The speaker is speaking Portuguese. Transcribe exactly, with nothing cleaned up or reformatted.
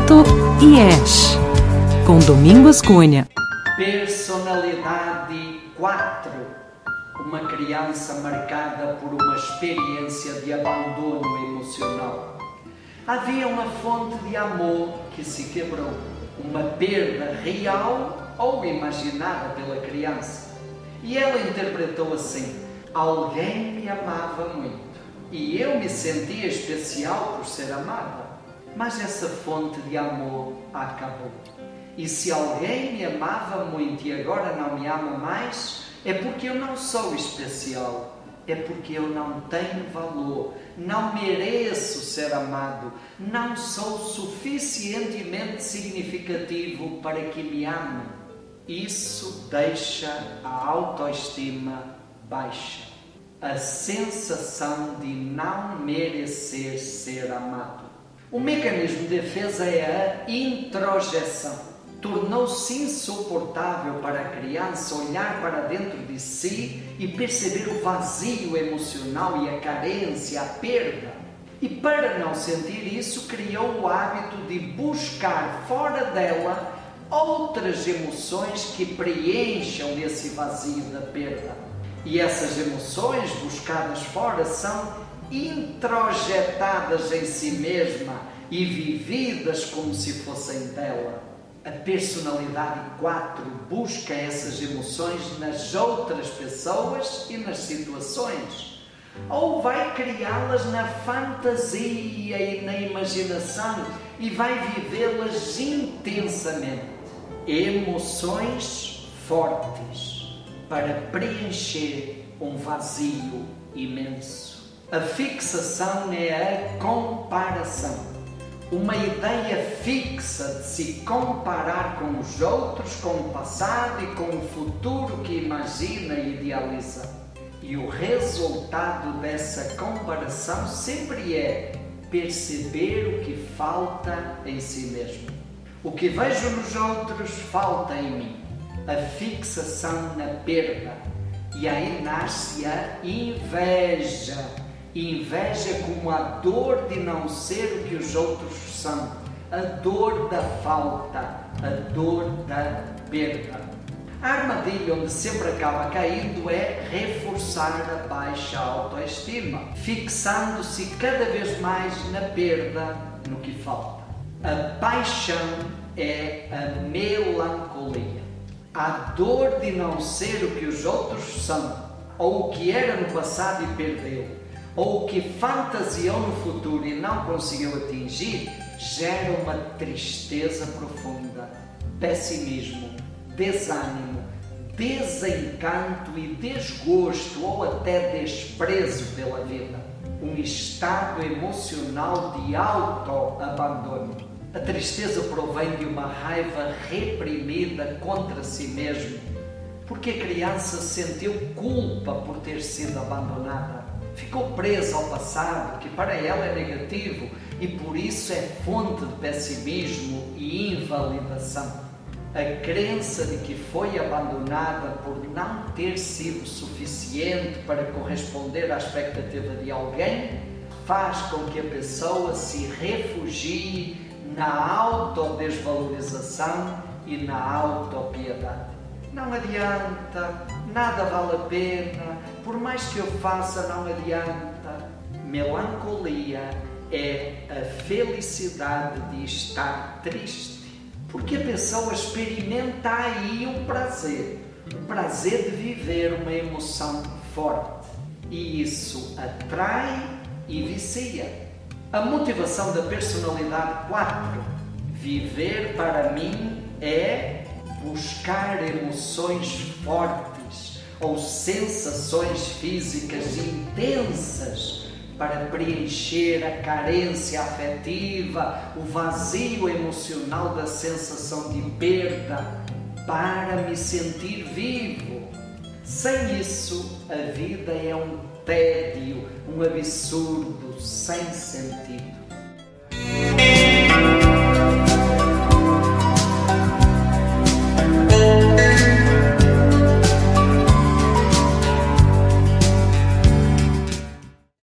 Santo e És, com Domingos Cunha. Personalidade quatro. Uma criança marcada por uma experiência de abandono emocional. Havia uma fonte de amor que se quebrou, uma perda real ou imaginada pela criança. E ela interpretou assim: alguém me amava muito e eu me sentia especial por ser amada. Mas essa fonte de amor acabou. E se alguém me amava muito e agora não me ama mais, é porque eu não sou especial, é porque eu não tenho valor, não mereço ser amado, não sou suficientemente significativo para que me amem. Isso deixa a autoestima baixa, a sensação de não merecer ser amado. O mecanismo de defesa é a introjeção. Tornou-se insuportável para a criança olhar para dentro de si e perceber o vazio emocional e a carência, a perda. E para não sentir isso, criou o hábito de buscar fora dela outras emoções que preencham esse vazio da perda. E essas emoções buscadas fora são introjetadas em si mesma e vividas como se fossem dela. A personalidade quatro busca essas emoções nas outras pessoas e nas situações, ou vai criá-las na fantasia e na imaginação e vai vivê-las intensamente. Emoções fortes para preencher um vazio imenso. A fixação é a comparação. Uma ideia fixa de se comparar com os outros, com o passado e com o futuro que imagina e idealiza. E o resultado dessa comparação sempre é perceber o que falta em si mesmo. O que vejo nos outros falta em mim. A fixação na perda. E aí nasce a inveja. Inveja como a dor de não ser o que os outros são, a dor da falta, a dor da perda. A armadilha onde sempre acaba caindo é reforçar a baixa autoestima, fixando-se cada vez mais na perda, no que falta. A paixão é a melancolia, a dor de não ser o que os outros são, ou o que era no passado e perdeu, ou o que fantasiou no futuro e não conseguiu atingir, gera uma tristeza profunda, pessimismo, desânimo, desencanto e desgosto ou até desprezo pela vida. Um estado emocional de autoabandono. A tristeza provém de uma raiva reprimida contra si mesmo, porque a criança sentiu culpa por ter sido abandonada. Ficou presa ao passado, que para ela é negativo e por isso é fonte de pessimismo e invalidação. A crença de que foi abandonada por não ter sido suficiente para corresponder à expectativa de alguém faz com que a pessoa se refugie na autodesvalorização e na autopiedade. Não adianta, nada vale a pena, por mais que eu faça não adianta. Melancolia é a felicidade de estar triste, porque a pessoa experimenta aí um prazer, o prazer de viver uma emoção forte, e isso atrai e vicia. A motivação da personalidade quatro, viver para mim é buscar emoções fortes ou sensações físicas intensas para preencher a carência afetiva, o vazio emocional da sensação de perda, para me sentir vivo. Sem isso, a vida é um tédio, um absurdo sem sentido.